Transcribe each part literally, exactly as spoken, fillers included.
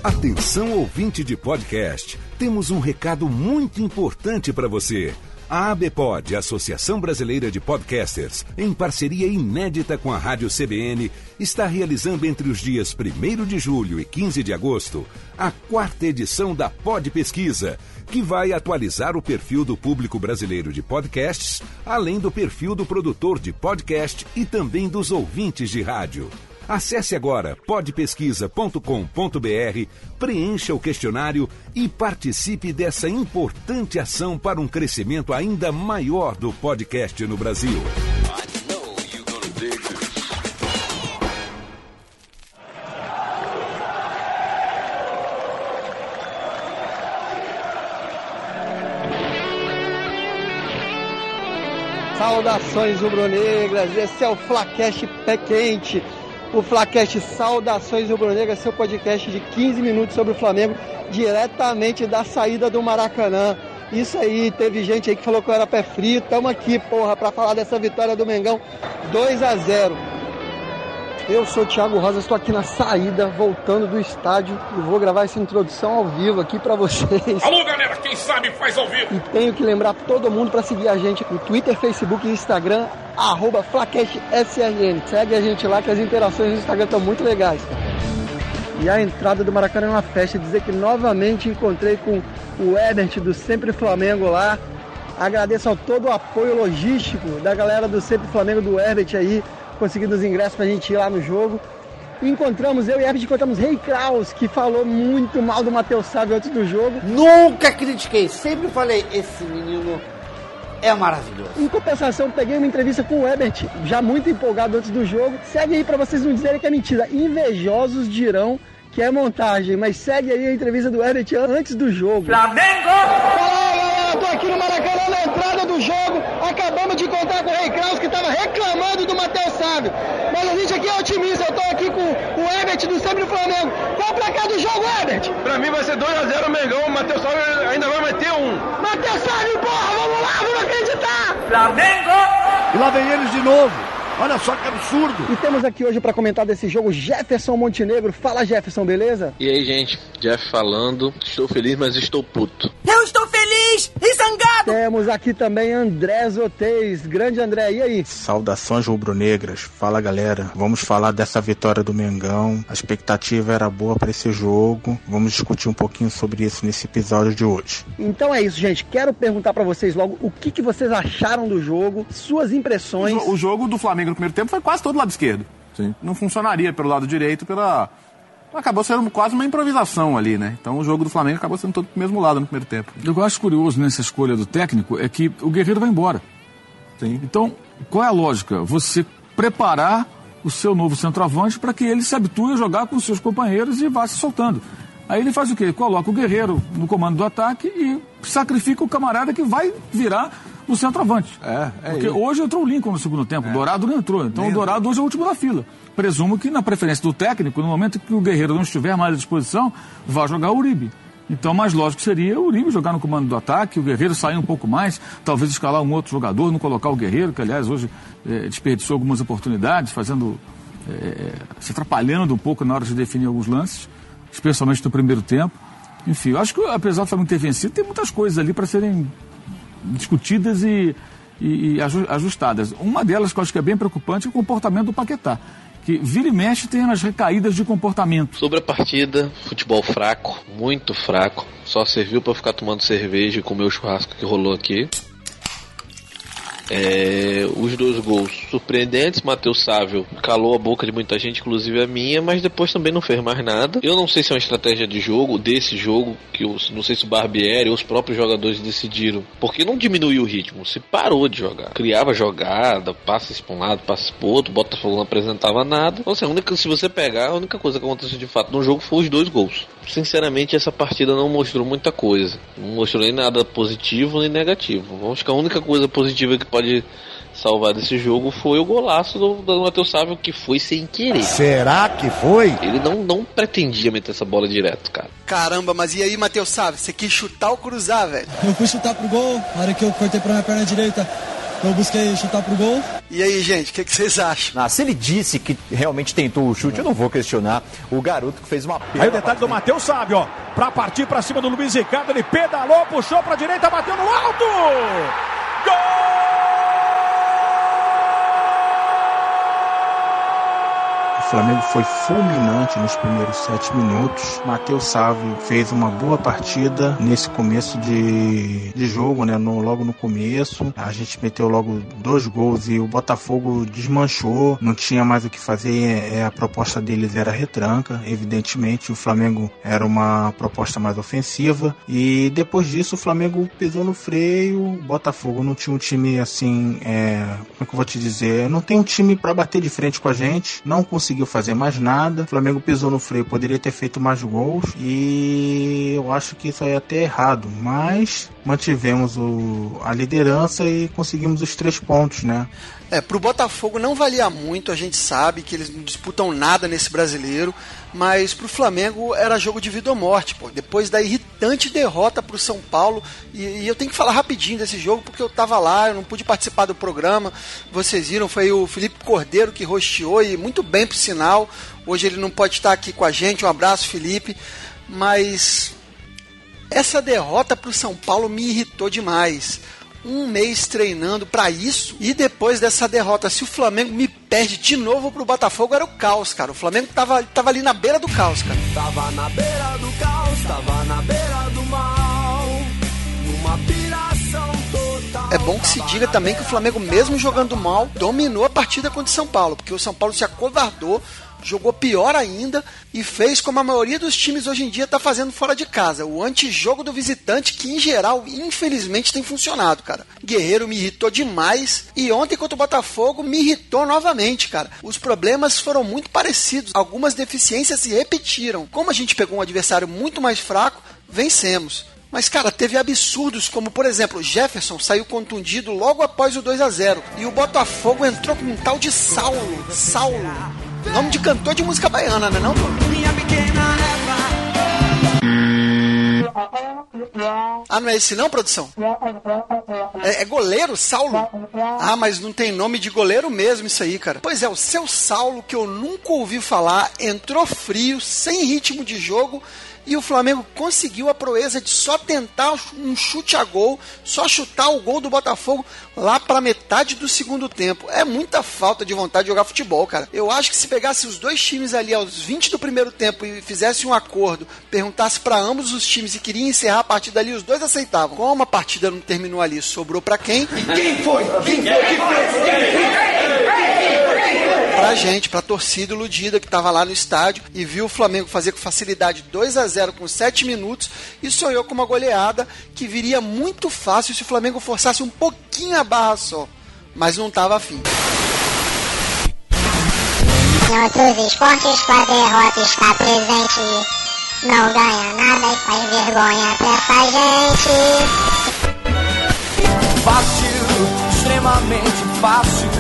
Atenção, ouvinte de podcast, temos um recado muito importante para você. A ABPOD, Associação Brasileira de Podcasters, em parceria inédita com a Rádio C B N, está realizando entre os dias primeiro de julho e quinze de agosto a quarta edição da Pod Pesquisa, que vai atualizar o perfil do público brasileiro de podcasts, além do perfil do produtor de podcast e também dos ouvintes de rádio. Acesse agora pod pesquisa ponto com ponto b r, preencha o questionário e participe dessa importante ação para um crescimento ainda maior do podcast no Brasil. Saudações rubro-negras, esse é o Flacast Pé Quente. O Flacast Saudações Rubro-Negras, seu podcast de quinze minutos sobre o Flamengo, diretamente da saída do Maracanã. Isso aí, teve gente aí que falou que eu era pé frio. Tamo aqui, porra, pra falar dessa vitória do Mengão, dois a zero. Eu sou o Thiago Rosa, estou aqui na saída, voltando do estádio, e vou gravar essa introdução ao vivo aqui pra vocês. Alô, galera, quem sabe faz ao vivo. E tenho que lembrar todo mundo pra seguir a gente no Twitter, Facebook e Instagram, arroba FlacastSRN. Segue a gente lá que as interações no Instagram estão muito legais. E a entrada do Maracanã é uma festa. Dizer que novamente encontrei com o Herbert do Sempre Flamengo lá. Agradeço ao todo o apoio logístico da galera do Sempre Flamengo, do Herbert aí, conseguindo os ingressos pra gente ir lá no jogo. E encontramos, eu e Herbert encontramos Rei Kraus, que falou muito mal do Matheus Sávio antes do jogo. Nunca critiquei, sempre falei, esse menino é maravilhoso. Em compensação, peguei uma entrevista com o Herbert, já muito empolgado antes do jogo. Segue aí pra vocês não dizerem que é mentira. Invejosos dirão que é montagem, mas segue aí a entrevista do Herbert antes do jogo. Flamengo! Fala, galera, tô aqui no Maracanã na entrada do jogo. Acabamos de encontrar com o Rei Kraus, que tava reclamando do Matheus Sávio. Mas a gente aqui é otimista, eu tô aqui com o Herbert do Sempre Flamengo. Qual o placar do jogo, Herbert? Pra mim vai ser dois a zero Mengão, o Matheus Sávio ainda vai meter um. Matheus Sávio, porra, vamos lá, vamos acreditar! Flamengo! E lá vem eles de novo. Olha só que absurdo. E temos aqui hoje para comentar desse jogo Jefferson Montenegro. Fala, Jefferson, beleza? E aí, gente, Jeff falando. Estou feliz, mas estou puto. Eu estou feliz e zangado. Temos aqui também André Zotez. Grande André, e aí? Saudações rubro-negras. Fala, galera. Vamos falar dessa vitória do Mengão. A expectativa era boa para esse jogo. Vamos discutir um pouquinho sobre isso nesse episódio de hoje. Então é isso, gente. Quero perguntar para vocês logo o que, que vocês acharam do jogo, suas impressões. O, o jogo do Flamengo no primeiro tempo foi quase todo lado esquerdo. Sim. Não funcionaria pelo lado direito, pela... acabou sendo quase uma improvisação ali, né? Então o jogo do Flamengo acabou sendo todo pro mesmo lado no primeiro tempo. O que eu acho curioso nessa escolha do técnico é que o Guerreiro vai embora. Sim. Então, qual é a lógica? Você preparar o seu novo centroavante para que ele se habitue a jogar com os seus companheiros e vá se soltando. Aí ele faz o quê? Coloca o Guerreiro no comando do ataque e sacrifica o camarada que vai virar o centroavante. É, é Porque isso. hoje entrou o Lincoln no segundo tempo, É. o Dourado não entrou. Então Nem o Dourado hoje é o último da fila. Presumo que na preferência do técnico, no momento que o Guerreiro não estiver mais à disposição, vai jogar o Uribe. Então, mais lógico seria o Uribe jogar no comando do ataque, o Guerreiro sair um pouco mais, talvez escalar um outro jogador, não colocar o Guerreiro, que aliás hoje é, desperdiçou algumas oportunidades, fazendo, é, se atrapalhando um pouco na hora de definir alguns lances, especialmente no primeiro tempo. Enfim, eu acho que apesar do Flamengo ter vencido, tem muitas coisas ali para serem discutidas e, e, e ajustadas. Uma delas que eu acho que é bem preocupante é o comportamento do Paquetá, que vira e mexe tem as recaídas de comportamento. Sobre a partida, futebol fraco, muito fraco. Só serviu para ficar tomando cerveja e comer o churrasco que rolou aqui. É, os dois gols surpreendentes. Matheus Sávio calou a boca de muita gente, inclusive a minha, mas depois também não fez mais nada. Eu não sei se é uma estratégia de jogo, desse jogo, que eu não sei se o Barbieri ou os próprios jogadores decidiram, porque não diminuiu o ritmo, se parou de jogar, criava jogada, passa para um lado, passa para o outro, Botafogo não apresentava nada. Então, assim, a única, se você pegar, a única coisa que aconteceu de fato no jogo foi os dois gols. Sinceramente, essa partida não mostrou muita coisa, não mostrou nem nada positivo nem negativo. Acho que a única coisa positiva que pode salvar desse jogo foi o golaço do, do Matheus Sávio, que foi sem querer. Será que foi? Ele não, não pretendia meter essa bola direto, cara. Caramba, mas e aí, Matheus Sávio? Você quis chutar ou cruzar, velho? Eu fui chutar pro gol, na hora que eu cortei pra minha perna direita, eu busquei chutar pro gol. E aí, gente, o que, que vocês acham? Ah, se ele disse que realmente tentou o chute, eu não vou questionar o garoto que fez uma... Aí o detalhe do Matheus Sábio, ó, pra partir pra cima do Luiz Ricardo, ele pedalou, puxou pra direita, bateu no alto! Gol! O Flamengo foi fulminante nos primeiros sete minutos. Matheus Sávio fez uma boa partida nesse começo de, de jogo, né? No, logo no começo. A gente meteu logo dois gols e o Botafogo desmanchou. Não tinha mais o que fazer. É, a proposta deles era retranca. Evidentemente, o Flamengo era uma proposta mais ofensiva. E depois disso, o Flamengo pisou no freio. O Botafogo não tinha um time assim... É, como é que eu vou te dizer? Não tem um time para bater de frente com a gente. Não conseguiu fazer mais nada. O Flamengo pisou no freio, poderia ter feito mais gols e eu acho que isso aí é até errado, mas mantivemos o, a liderança e conseguimos os três pontos, né? É, pro Botafogo não valia muito, a gente sabe que eles não disputam nada nesse brasileiro, mas pro Flamengo era jogo de vida ou morte, pô. Depois da irritante derrota pro São Paulo, e, e eu tenho que falar rapidinho desse jogo, porque eu tava lá, eu não pude participar do programa, vocês viram, foi o Felipe Cordeiro que rosteou, e muito bem pro sinal, hoje ele não pode estar aqui com a gente, um abraço, Felipe, mas essa derrota pro São Paulo me irritou demais. Um mês treinando pra isso, e depois dessa derrota, se o Flamengo me perde de novo pro Botafogo, era o caos, cara. O Flamengo tava, tava ali na beira do caos, cara. Tava na beira do caos, tava na beira do mal, numa piração total. É bom que se diga também que o Flamengo, mesmo jogando mal, dominou a partida contra o São Paulo, porque o São Paulo se acovardou, jogou pior ainda e fez como a maioria dos times hoje em dia está fazendo fora de casa, o antijogo do visitante, que em geral, infelizmente, tem funcionado, cara. Guerreiro me irritou demais e ontem contra o Botafogo me irritou novamente, cara. Os problemas foram muito parecidos, algumas deficiências se repetiram. Como a gente pegou um adversário muito mais fraco, vencemos. Mas, cara, teve absurdos como, por exemplo, Jefferson saiu contundido logo após o dois a zero e o Botafogo entrou com um tal de Saulo, Saulo. Nome de cantor de música baiana, né não? Minha pequena Ah, não é esse não, produção? É, é goleiro, Saulo? Ah, mas não tem nome de goleiro mesmo isso aí, cara. Pois é, o seu Saulo, que eu nunca ouvi falar, entrou frio, sem ritmo de jogo, e o Flamengo conseguiu a proeza de só tentar um chute a gol, só chutar o gol do Botafogo lá pra metade do segundo tempo. É muita falta de vontade de jogar futebol, cara. Eu acho que se pegasse os dois times ali aos vinte do primeiro tempo e fizesse um acordo, perguntasse pra ambos os times e queria encerrar a partida ali, os dois aceitavam. Como a partida não terminou ali, sobrou pra quem? Quem foi? Quem foi que fez? Pra gente, pra torcida iludida que tava lá no estádio e viu o Flamengo fazer com facilidade dois a zero com sete minutos e sonhou com uma goleada que viria muito fácil se o Flamengo forçasse um pouquinho a barra só, mas não tava afim. Em outros esportes, com a derrota está presente, não ganha nada e faz vergonha pra essa gente. Fácil, extremamente fácil.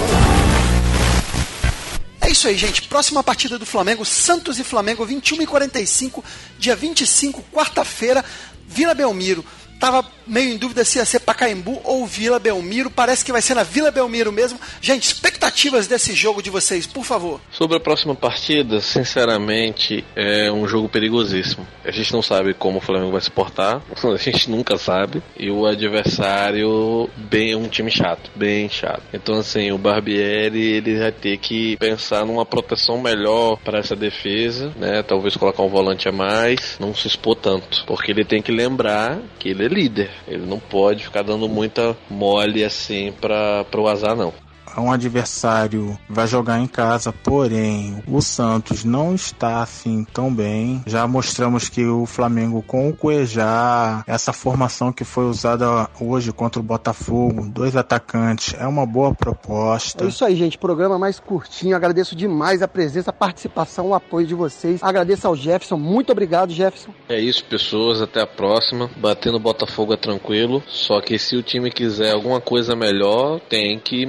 É isso aí, gente. Próxima partida do Flamengo, Santos e Flamengo, vinte e uma e quarenta e cinco, dia vinte e cinco, quarta-feira, Vila Belmiro. Tava meio em dúvida se ia ser Pacaembu ou Vila Belmiro. Parece que vai ser na Vila Belmiro mesmo. Gente, expectativas desse jogo de vocês, por favor. Sobre a próxima partida, sinceramente, é um jogo perigosíssimo. A gente não sabe como o Flamengo vai se portar. A gente nunca sabe. E o adversário bem é um time chato, bem chato. Então, assim, o Barbieri, ele vai ter que pensar numa proteção melhor para essa defesa, né? Talvez colocar um volante a mais, não se expor tanto. Porque ele tem que lembrar que ele é líder. Ele não pode ficar dando muita mole assim para o azar, não. Um adversário vai jogar em casa, porém o Santos não está assim tão bem. Já mostramos que o Flamengo com o Cuejá, essa formação que foi usada hoje contra o Botafogo, dois atacantes, é uma boa proposta. É isso aí, gente, programa mais curtinho. Agradeço demais a presença, a participação, o apoio de vocês. Agradeço ao Jefferson, muito obrigado, Jefferson. É isso, pessoas, até a próxima. Bater no Botafogo é tranquilo, só que se o time quiser alguma coisa melhor, tem que mostrar mais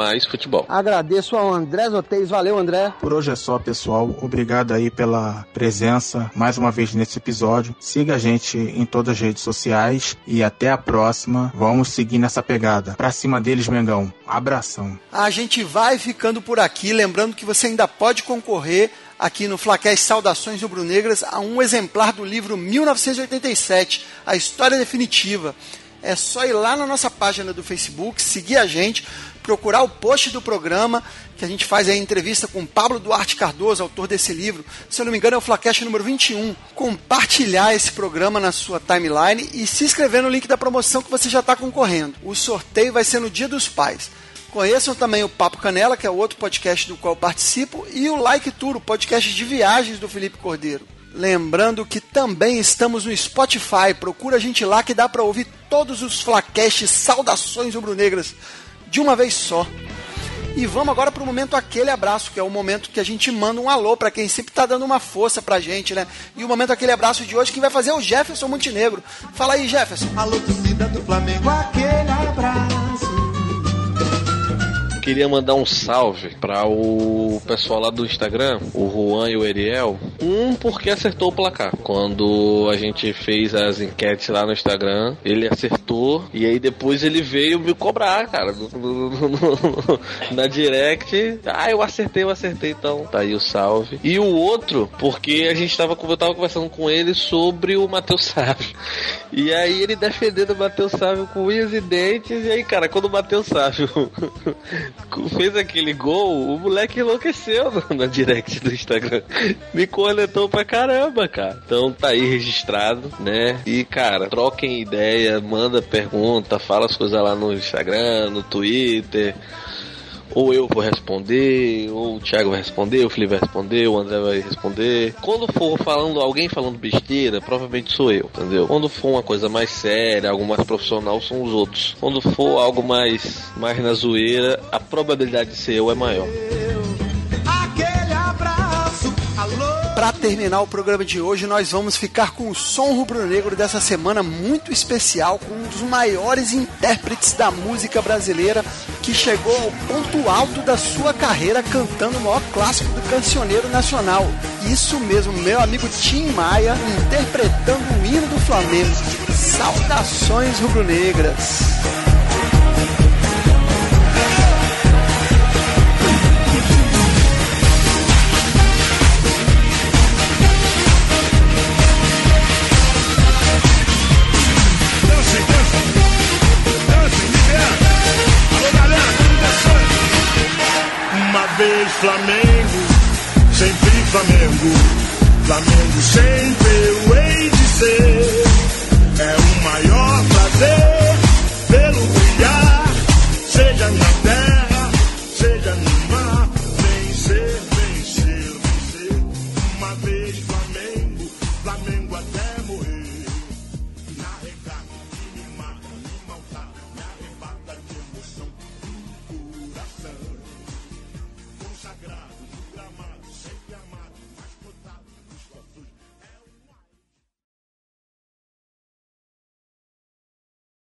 mais futebol. Agradeço ao André Zotez. Valeu, André. Por hoje é só, pessoal. Obrigado aí pela presença mais uma vez nesse episódio. Siga a gente em todas as redes sociais e até a próxima. Vamos seguir nessa pegada. Pra cima deles, Mengão. Abração. A gente vai ficando por aqui, lembrando que você ainda pode concorrer aqui no Flacast Saudações Rubro-Negras a um exemplar do livro mil novecentos e oitenta e sete, A História Definitiva. É só ir lá na nossa página do Facebook, seguir a gente, procurar o post do programa, que a gente faz a entrevista com Pablo Duarte Cardoso, autor desse livro. Se eu não me engano é o Flacast número vinte e um. Compartilhar esse programa na sua timeline e se inscrever no link da promoção que você já está concorrendo. O sorteio vai ser no Dia dos Pais. Conheçam também o Papo Canela, que é outro podcast do qual eu participo, e o Like Tour, o podcast de viagens do Felipe Cordeiro. Lembrando que também estamos no Spotify. Procura a gente lá que dá para ouvir todos os Flacasts Saudações Rubro-Negras de uma vez só. E vamos agora para o momento Aquele Abraço, que é o momento que a gente manda um alô para quem sempre está dando uma força pra gente, né? E o momento Aquele Abraço de hoje, quem vai fazer é o Jefferson Montenegro. Fala aí, Jefferson. Alô, torcida do Flamengo, aquele abraço. Queria mandar um salve para o pessoal lá do Instagram, o Juan e o Eriel. Um porque acertou o placar. Quando a gente fez as enquetes lá no Instagram, ele acertou e aí depois ele veio me cobrar, cara, no, no, no, na direct. Ah, eu acertei, eu acertei, então tá aí o salve. E o outro porque a gente tava, eu tava conversando com ele sobre o Matheus Sávio. E aí ele defendendo o Matheus Sávio com unhas e dentes. E aí, cara, quando o Matheus Sávio fez aquele gol, o moleque enlouqueceu na direct do Instagram. Me cornetou pra caramba, cara. Então tá aí registrado, né? E, cara, troquem ideia, manda pergunta, fala as coisas lá no Instagram, no Twitter. Ou eu vou responder, ou o Thiago vai responder, o Felipe vai responder, o André vai responder. Quando for falando, alguém falando besteira, provavelmente sou eu, entendeu? Quando for uma coisa mais séria, algo mais profissional, são os outros. Quando for algo mais, mais na zoeira, a probabilidade de ser eu é maior. Para terminar o programa de hoje, nós vamos ficar com o som rubro-negro dessa semana muito especial, com um dos maiores intérpretes da música brasileira, que chegou ao ponto alto da sua carreira cantando o maior clássico do cancioneiro nacional. Isso mesmo, meu amigo Tim Maia, interpretando o hino do Flamengo. Saudações rubro-negras! Vez Flamengo, sempre Flamengo, Flamengo sempre eu hei de ser.